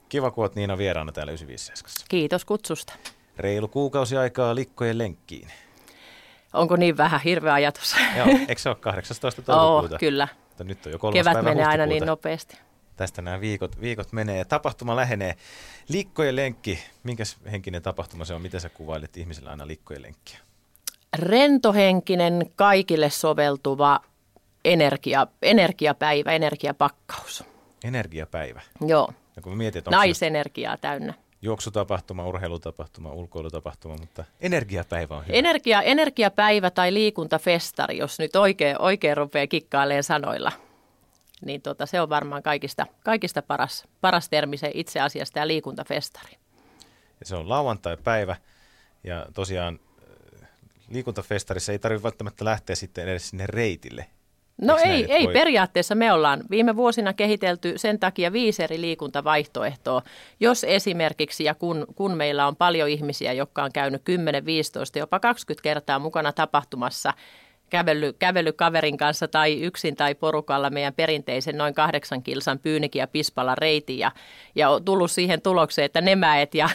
Kiva, kun olet Niina vieraana täällä 957. Kiitos kutsusta. Reilu kuukausi aikaa likkojen lenkkiin. Onko niin vähän? Hirveä ajatus. Joo, eikö se ole 18. toukokuuta? Kyllä. Mutta nyt on jo 3. Kevät päivä menee huhtikuuta. aina niin nopeasti. Tästä nämä viikot menee. Tapahtuma lähenee. Likkojen lenkki. Minkäs henkinen tapahtuma se on? Miten sä kuvailet ihmisillä aina likkojen lenkkiä? Rentohenkinen, kaikille soveltuva energiapäivä, energiapakkaus. Energiapäivä. Joo. Ja kun mietin, että Naisenergiaa täynnä. Juoksutapahtuma, urheilutapahtuma, ulkoilutapahtuma, mutta energiapäivä on hyvä. Energiapäivä tai liikuntafestari, jos nyt oikein rupeaa kikkailemaan sanoilla, niin se on varmaan kaikista paras termi se itse asiassa tämä liikuntafestari. Ja se on lauantai-päivä ja tosiaan liikuntafestarissa ei tarvitse välttämättä lähteä sitten edes sinne reitille. No ei periaatteessa me ollaan viime vuosina kehitelty sen takia 5 eri liikuntavaihtoehtoa. Jos esimerkiksi ja kun meillä on paljon ihmisiä, jotka on käynyt 10, 15, jopa 20 kertaa mukana tapahtumassa, kävellyt kaverin kanssa tai yksin tai porukalla meidän perinteisen noin 8 kilsan Pyynikin ja Pispalan reitin ja on tullut siihen tulokseen, että ne mäet ja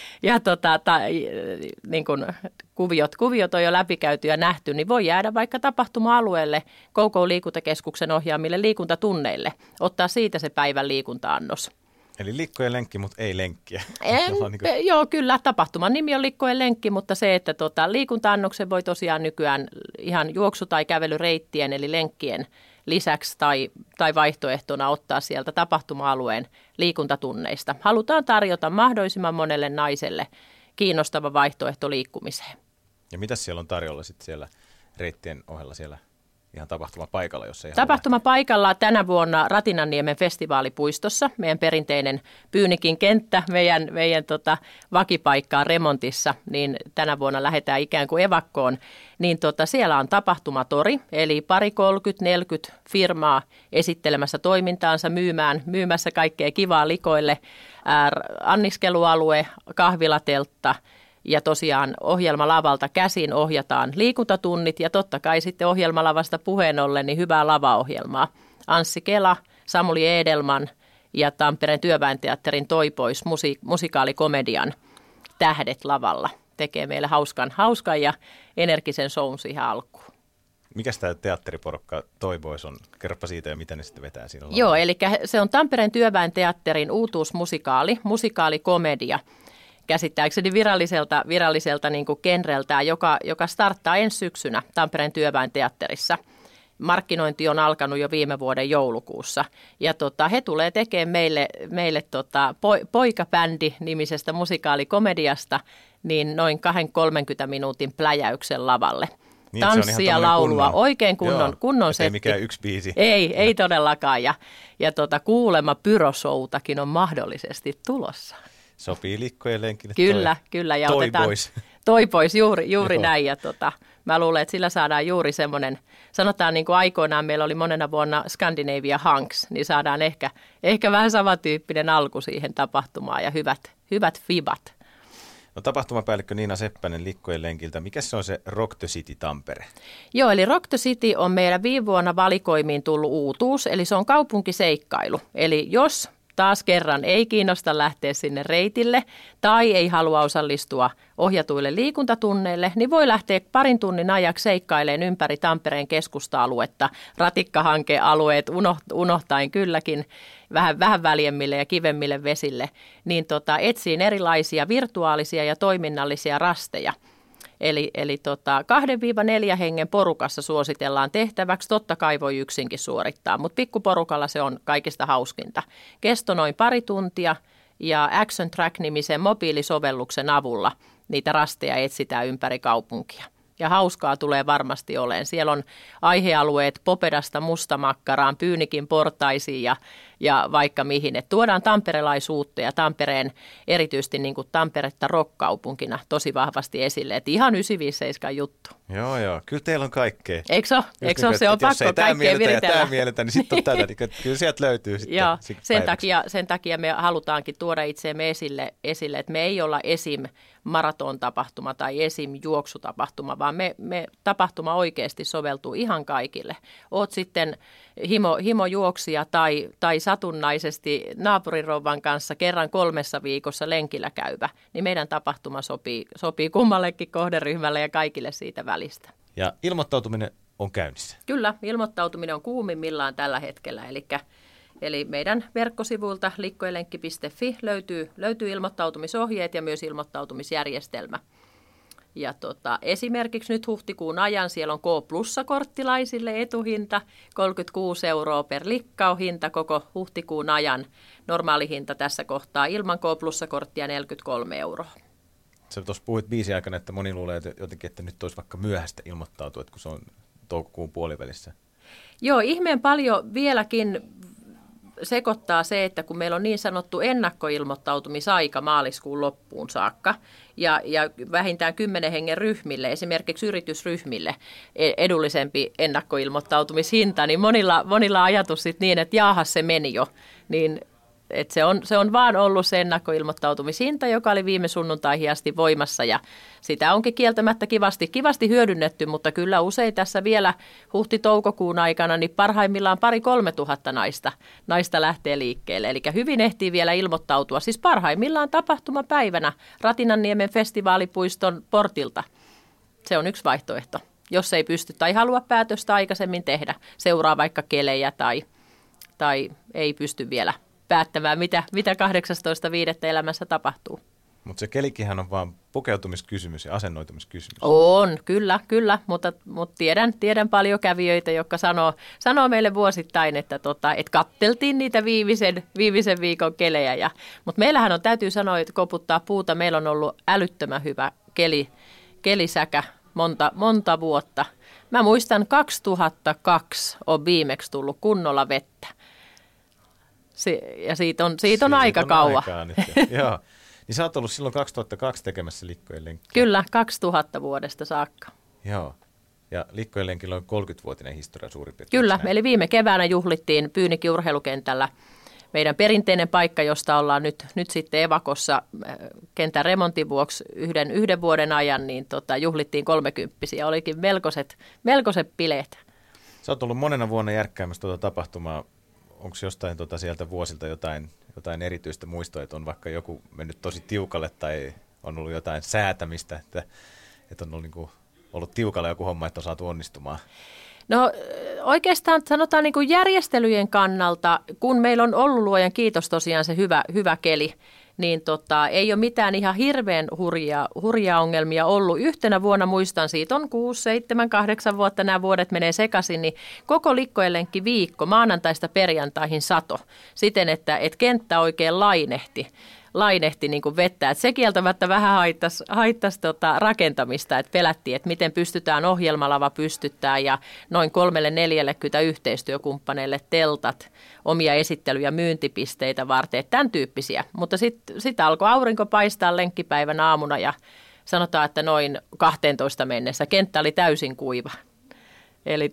niin kuin kuviot on jo läpikäyty ja nähty, niin voi jäädä vaikka tapahtuma-alueelle KK Liikuntakeskuksen ohjaamille liikuntatunneille, ottaa siitä se päivän liikunta-annos. Eli likkojen lenkki, mutta ei lenkkiä. Joo, kyllä. Tapahtuman nimi on likkojen lenkki, mutta se, että liikunta-annoksen voi tosiaan nykyään ihan juoksu- tai kävelyreittien eli lenkkien lisäksi tai vaihtoehtona ottaa sieltä tapahtuma-alueen liikuntatunneista. Halutaan tarjota mahdollisimman monelle naiselle kiinnostava vaihtoehto liikkumiseen. Ja mitä siellä on tarjolla sitten siellä reittien ohella siellä? Ihan tapahtumapaikalla, jos ei tapahtumapaikalla tänä vuonna Ratinanniemen festivaalipuistossa, meidän perinteinen Pyynikin kenttä, meidän vakipaikka on remontissa, niin tänä vuonna lähdetään ikään kuin evakkoon, niin siellä on tapahtumatori, eli 30-40 firmaa esittelemässä toimintaansa, myymässä kaikkea kivaa likoille, anniskelualue, kahvilateltta. Ja tosiaan ohjelmalavalta käsin ohjataan liikuntatunnit ja totta kai sitten ohjelmalavasta puheen ollen niin hyvää lavaohjelmaa. Anssi Kela, Samuli Edelman ja Tampereen työväenteatterin Toipois musikaalikomedian tähdet lavalla tekee meille hauskan ja energisen shown siihen alkuun. Mikäs tämä teatteriporukka Toipois on? Kerropa siitä ja mitä ne sitten vetää siinä lavalla. Joo, eli se on Tampereen työväenteatterin uutuusmusikaali, käsittääkseni viralliselta niin kuin genreltään, joka starttaa ensi syksynä Tampereen työväenteatterissa. Markkinointi on alkanut jo viime vuoden joulukuussa. Ja he tulee tekemään meille Poikabändi-nimisestä musikaalikomediasta niin noin 20-30 minuutin pläjäyksen lavalle. Niin, tanssia, laulua, oikein kunnon setti. Ei mikään yksi biisi. Ei todellakaan. Ja kuulemma pyrosoutakin on mahdollisesti tulossa. Sopii likkojen lenkille. Kyllä. Ja Toipois, juuri näin. Ja mä luulen, että sillä saadaan juuri semmoinen, sanotaan niin kuin aikoinaan meillä oli monena vuonna Scandinavia Hunks, niin saadaan ehkä vähän samantyyppinen alku siihen tapahtumaan ja hyvät fibat. No, tapahtumapäällikkö Niina Seppänen likkojen lenkiltä. Mikä se on se Rock the City Tampere? Joo, eli Rock the City on meillä viime vuonna valikoimiin tullut uutuus, eli se on kaupunkiseikkailu. Eli jos taas kerran ei kiinnosta lähteä sinne reitille tai ei halua osallistua ohjatuille liikuntatunneille, niin voi lähteä parin tunnin ajaksi seikkailemaan ympäri Tampereen keskusta-aluetta, ratikkahankealueet unohtaen kylläkin vähän väljemmille ja kivemmille vesille, niin etsiin erilaisia virtuaalisia ja toiminnallisia rasteja. Eli 2-4 hengen porukassa suositellaan tehtäväksi. Totta kai voi yksinkin suorittaa, mutta pikkuporukalla se on kaikista hauskinta. Kesto noin 2 tuntia ja Action Track-nimisen mobiilisovelluksen avulla niitä rasteja etsitään ympäri kaupunkia. Ja hauskaa tulee varmasti olemaan. Siellä on aihealueet Popedasta Mustamakkaraan, Pyynikin portaisiin ja vaikka mihin. Et tuodaan tamperelaisuutta ja Tampereen, erityisesti niin kuin Tamperetta rock-kaupunkina tosi vahvasti esille. Et ihan 957 juttu. Joo. Kyllä teillä on kaikkea. Eikö se? Se on pakko kaikkea viritellä. Jos ei tämä miellytä, niin sitten on tätä. Niin kyllä sieltä löytyy sitten. Joo, sen takia me halutaankin tuoda itseämme esille, että me ei olla esim. Maratontapahtuma tai esim. Juoksutapahtuma, vaan me tapahtuma oikeasti soveltuu ihan kaikille. Oot sitten himojuoksija tai satunnaisesti naapurirouvan kanssa kerran 3 viikossa lenkillä käyvä, niin meidän tapahtuma sopii kummallekin kohderyhmälle ja kaikille siitä välistä. Ja ilmoittautuminen on käynnissä. Kyllä, ilmoittautuminen on kuumimmillaan tällä hetkellä, eli meidän verkkosivuilta likkojenlenkki.fi löytyy ilmoittautumisohjeet ja myös ilmoittautumisjärjestelmä. Ja esimerkiksi nyt huhtikuun ajan siellä on K-plussakorttilaisille etuhinta, 36 € per likkauhinta koko huhtikuun ajan. Normaali hinta tässä kohtaa ilman K-plussakorttia 43 €. Sä tuossa puhuit biisin aikana, että moni luulee jotenkin, että nyt olisi vaikka myöhäistä ilmoittautua, kun se on toukokuun puolivälissä. Joo, ihmeen paljon vieläkin sekoittaa se, että kun meillä on niin sanottu ennakkoilmoittautumisaika maaliskuun loppuun saakka ja vähintään 10 hengen ryhmille, esimerkiksi yritysryhmille edullisempi ennakkoilmoittautumishinta, niin monilla ajatus sit niin, että jaahas se meni jo, niin että se on vaan ollut se ennakkoilmoittautumishinta, joka oli viime sunnuntaihin asti voimassa ja sitä onkin kieltämättä kivasti hyödynnetty, mutta kyllä usein tässä vielä huhti-toukokuun aikana niin parhaimmillaan 2 000–3 000 naista lähtee liikkeelle. Eli hyvin ehtii vielä ilmoittautua, siis parhaimmillaan tapahtumapäivänä Ratinanniemen festivaalipuiston portilta. Se on yksi vaihtoehto, jos ei pysty tai halua päätöstä aikaisemmin tehdä, seuraa vaikka kelejä tai ei pysty vielä päättämään, mitä 18.5. elämässä tapahtuu. Mutta se kelikihän on vaan pukeutumiskysymys ja asennoitumiskysymys. On, kyllä, mutta tiedän paljon kävijöitä, jotka sanoo meille vuosittain, että katteltiin niitä viimeisen viikon kelejä. Mutta meillähän on, täytyy sanoa, että koputtaa puuta, meillä on ollut älyttömän hyvä kelisäkä monta vuotta. Mä muistan 2002 on viimeksi tullut kunnolla vettä. Ja siitä on aika kauan. Joo. Niin sä oot ollut silloin 2002 tekemässä Likkojen lenkkiä. Kyllä, 2000 vuodesta saakka. Joo. Ja Likkojen lenkillä on 30-vuotinen historia suurin piirtein. Kyllä, eli viime keväänä juhlittiin Pyynikin urheilukentällä meidän perinteinen paikka, josta ollaan nyt sitten evakossa kentän remontin vuoksi yhden vuoden ajan, niin juhlittiin 30-vuotiaita. Olikin melkoiset bileet. Sä oot ollut monena vuonna järkkäämässä tuota tapahtumaa. Onko jostain sieltä vuosilta jotain erityistä muistoa, että on vaikka joku mennyt tosi tiukalle tai on ollut jotain säätämistä, että on ollut tiukalla joku homma, että on saatu onnistumaan? No oikeastaan sanotaan niin kuin järjestelyjen kannalta, kun meillä on ollut luojan kiitos tosiaan se hyvä keli, niin ei ole mitään ihan hirveän hurjia ongelmia ollut. Yhtenä vuonna muistan, siitä on 6, 7, 8 vuotta, nämä vuodet menee sekaisin, niin koko Likkojen lenkki viikko maanantaista perjantaihin sato siten, että kenttä oikein lainehti niin kuin vettä. Et se kieltämättä vähän haittasi rakentamista, että pelättiin, että miten pystytään ohjelmalava pystyttää ja noin 3–40 yhteistyökumppaneille teltat, omia esittely- ja myyntipisteitä varten, tämän tyyppisiä. Mutta sitten alkoi aurinko paistaa lenkkipäivän aamuna ja sanotaan, että noin 12 mennessä kenttä oli täysin kuiva. Eli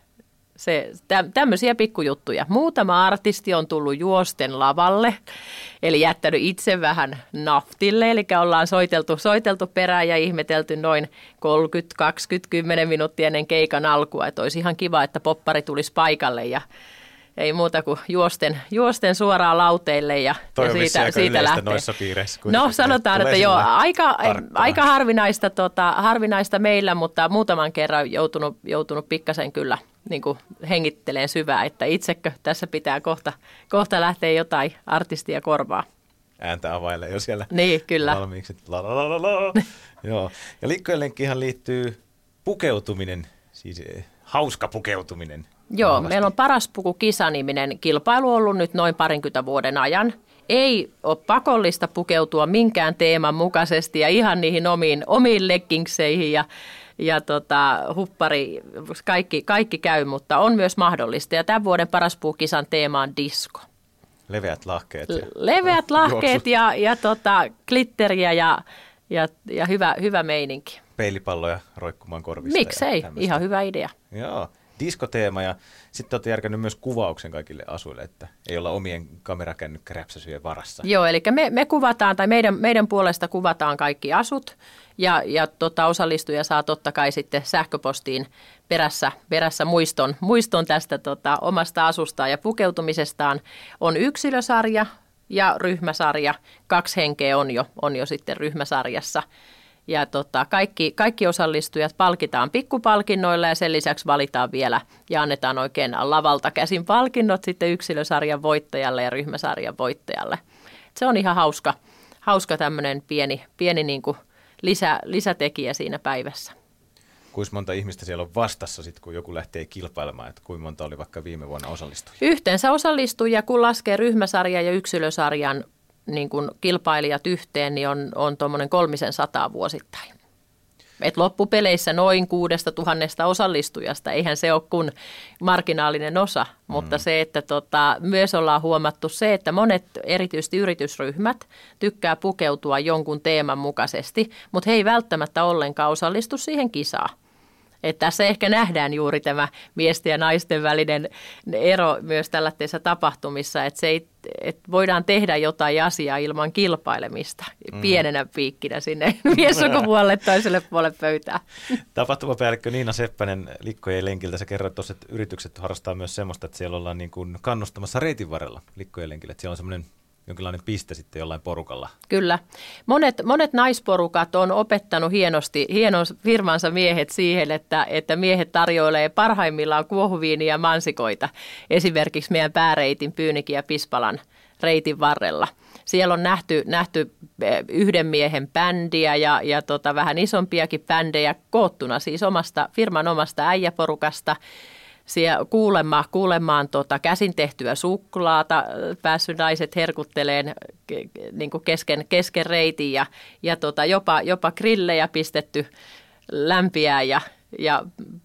tämmöisiä pikkujuttuja. Muutama artisti on tullut juosten lavalle, eli jättänyt itse vähän naftille, eli ollaan soiteltu perään ja ihmetelty noin 30, 20, 10 minuuttia ennen keikan alkua, että olisi ihan kiva, että poppari tulisi paikalle ja ei muuta kuin juosten suoraan lauteille ja siitä lähtee. Noissa piireissä. No sanotaan, että joo, aika harvinaista meillä, mutta muutaman kerran joutunut pikkasen kyllä niin kuin hengitteleen syvää, että itsekö tässä pitää kohta lähteä jotain artistia korvaa. Ääntä availee jo siellä niin, kyllä. Valmiiksi. Joo. Ja Likkojen lenkkiinhan liittyy pukeutuminen, siis hauska pukeutuminen. Joo, vahvasti. Meillä on Paras puku-kisa-niminen kilpailu ollut nyt noin 20 vuoden ajan. Ei ole pakollista pukeutua minkään teeman mukaisesti ja ihan niihin omiin leggingseihin ja huppari, kaikki käy, mutta on myös mahdollista. Ja tämän vuoden Paras puku-kisan teema on disco. Leveät lahkeet. Leveät lahkeet ja glitteriä ja hyvä meininki. Peilipalloja roikkumaan korvista. Miksei? Ihan hyvä idea. Joo. diskoteema ja sitten olette järkännyt myös kuvauksen kaikille asuille, että ei olla omien kamerakännykkäräpsäsyjen varassa. Joo, eli me kuvataan, tai meidän puolesta kuvataan kaikki asut, ja osallistuja saa totta kai sitten sähköpostiin perässä muiston tästä omasta asustaan ja pukeutumisestaan. On yksilösarja ja ryhmäsarja, 2 henkeä on jo sitten ryhmäsarjassa. Ja kaikki osallistujat palkitaan pikkupalkinnoilla ja sen lisäksi valitaan vielä ja annetaan oikein lavalta käsin palkinnot sitten yksilösarjan voittajalle ja ryhmäsarjan voittajalle. Se on ihan hauska tämmöinen pieni niin kuin lisätekijä siinä päivässä. Kuinka monta ihmistä siellä on vastassa, sit, kun joku lähtee kilpailemaan, että kuinka monta oli vaikka viime vuonna osallistujia? Yhteensä osallistujia, kun laskee ryhmäsarjan ja yksilösarjan niin kuin kilpailijat yhteen, niin on tuommoinen 300 vuosittain. Et loppupeleissä noin 6 000 osallistujasta, eihän se ole kuin marginaalinen osa, mutta se, että myös ollaan huomattu se, että monet erityisesti yritysryhmät tykkää pukeutua jonkun teeman mukaisesti, mutta he ei välttämättä ollenkaan osallistu siihen kisaan. Että tässä ehkä nähdään juuri tämä miesten ja naisten välinen ero myös tällaisissa tapahtumissa, että että voidaan tehdä jotain asiaa ilman kilpailemista pienenä piikkinä sinne miessukupuolelle toiselle puolelle pöytää. Tapahtumapäällikkö Niina Seppänen Likkojen lenkiltä, sä kerroit tuossa, että yritykset harrastaa myös semmoista, että siellä ollaan niin kuin kannustamassa reitin varrella Likkojen lenkille, että siellä on semmoinen jonkinlainen piste sitten jollain porukalla. Kyllä. Monet naisporukat on opettanut hienosti firmansa miehet siihen, että miehet tarjoilee parhaimmillaan kuohuviiniä ja mansikoita. Esimerkiksi meidän pääreitin Pyynikin ja Pispalan reitin varrella. Siellä on nähty yhden miehen bändiä ja vähän isompiakin bändejä koottuna siis firman omasta äijäporukasta. Siellä kuulemaan käsin tehtyä suklaata, päässyt naiset herkutteleen niin kuin kesken reitin ja jopa grillejä pistetty lämpiää ja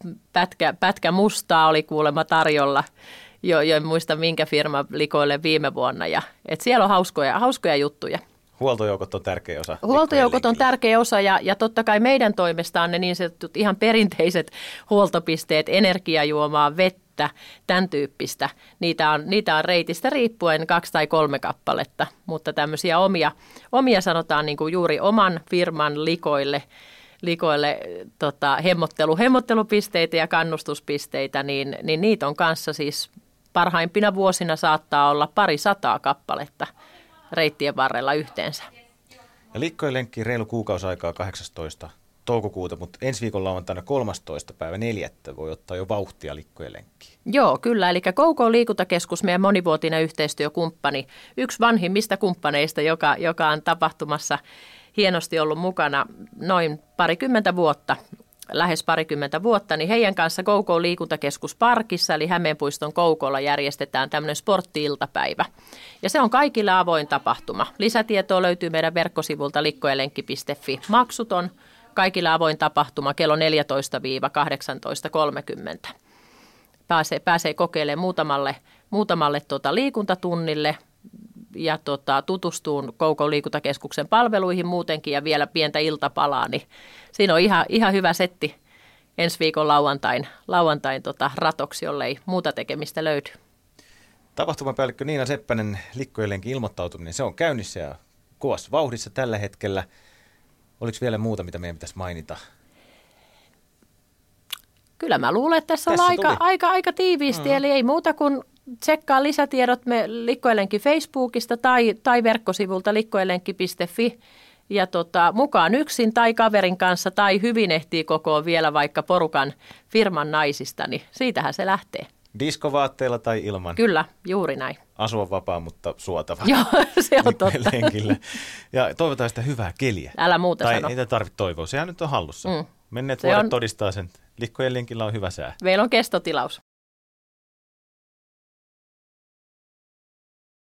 pätkä mustaa oli kuulemma tarjolla. En muista minkä firma likoille viime vuonna. Et siellä on hauskoja juttuja. Huoltojoukot on tärkeä osa. Huoltojoukot on tärkeä osa ja totta kai meidän toimestaan ne niin sanotut ihan perinteiset huoltopisteet, energiajuomaa, vettä, tämän tyyppistä. Niitä on reitistä riippuen 2 tai 3 kappaletta, mutta tämmöisiä omia sanotaan niin kuin juuri oman firman likoille hemmottelupisteitä ja kannustuspisteitä, niin niitä on kanssa siis parhaimpina vuosina saattaa olla 200 kappaletta reittien varrella yhteensä. Ja Likkojen lenkki reilu kuukausi aikaa 18. toukokuuta, mutta ensi viikolla lauantaina 13.4. voi ottaa jo vauhtia Likkojen lenkkiin. Joo, kyllä. Eli KK Liikuntakeskus, meidän monivuotinen yhteistyökumppani, yksi vanhimmista kumppaneista, joka on tapahtumassa hienosti ollut mukana noin lähes parikymmentä vuotta, niin heidän kanssa KK Liikuntakeskus Parkissa, eli Hämeenpuiston Koukolla järjestetään tämmöinen sportti-iltapäivä. Ja se on kaikille avoin tapahtuma. Lisätietoa löytyy meidän verkkosivulta likkojenlenkki.fi. Maksuton, kaikille avoin tapahtuma kello 14-18.30. Pääsee kokeilemaan muutamalle liikuntatunnille ja tutustuun KK Liikuntakeskuksen palveluihin muutenkin ja vielä pientä iltapalaa, niin siinä on ihan hyvä setti ensi viikon lauantain ratoksi, jollei muuta tekemistä löydy. Tapahtumapäällikkö Niina Seppänen, Likkojen lenkin ilmoittautuminen, se on käynnissä ja kovassa vauhdissa tällä hetkellä. Oliko vielä muuta, mitä meidän pitäisi mainita? Kyllä mä luulen, että tässä on aika tiiviisti, eli ei muuta kuin tsekkaa lisätiedot me Likkojen lenkin Facebookista tai verkkosivulta likkojenlenkki.fi ja mukaan yksin tai kaverin kanssa tai hyvin ehtii kokoon vielä vaikka porukan firman naisista, niin siitähän se lähtee. Diskovaatteilla tai ilman? Kyllä, juuri näin. Asua vapaa, mutta suotava. Joo, se on totta. Lenkillä. Ja toivotaan sitä hyvää keliä. Älä muuta tai sano. Niitä tarvitse toivoa, sehän nyt on hallussa. Menneet vuodet todistaa sen. Likkojen lenkillä on hyvä sää. Meillä on kestotilaus.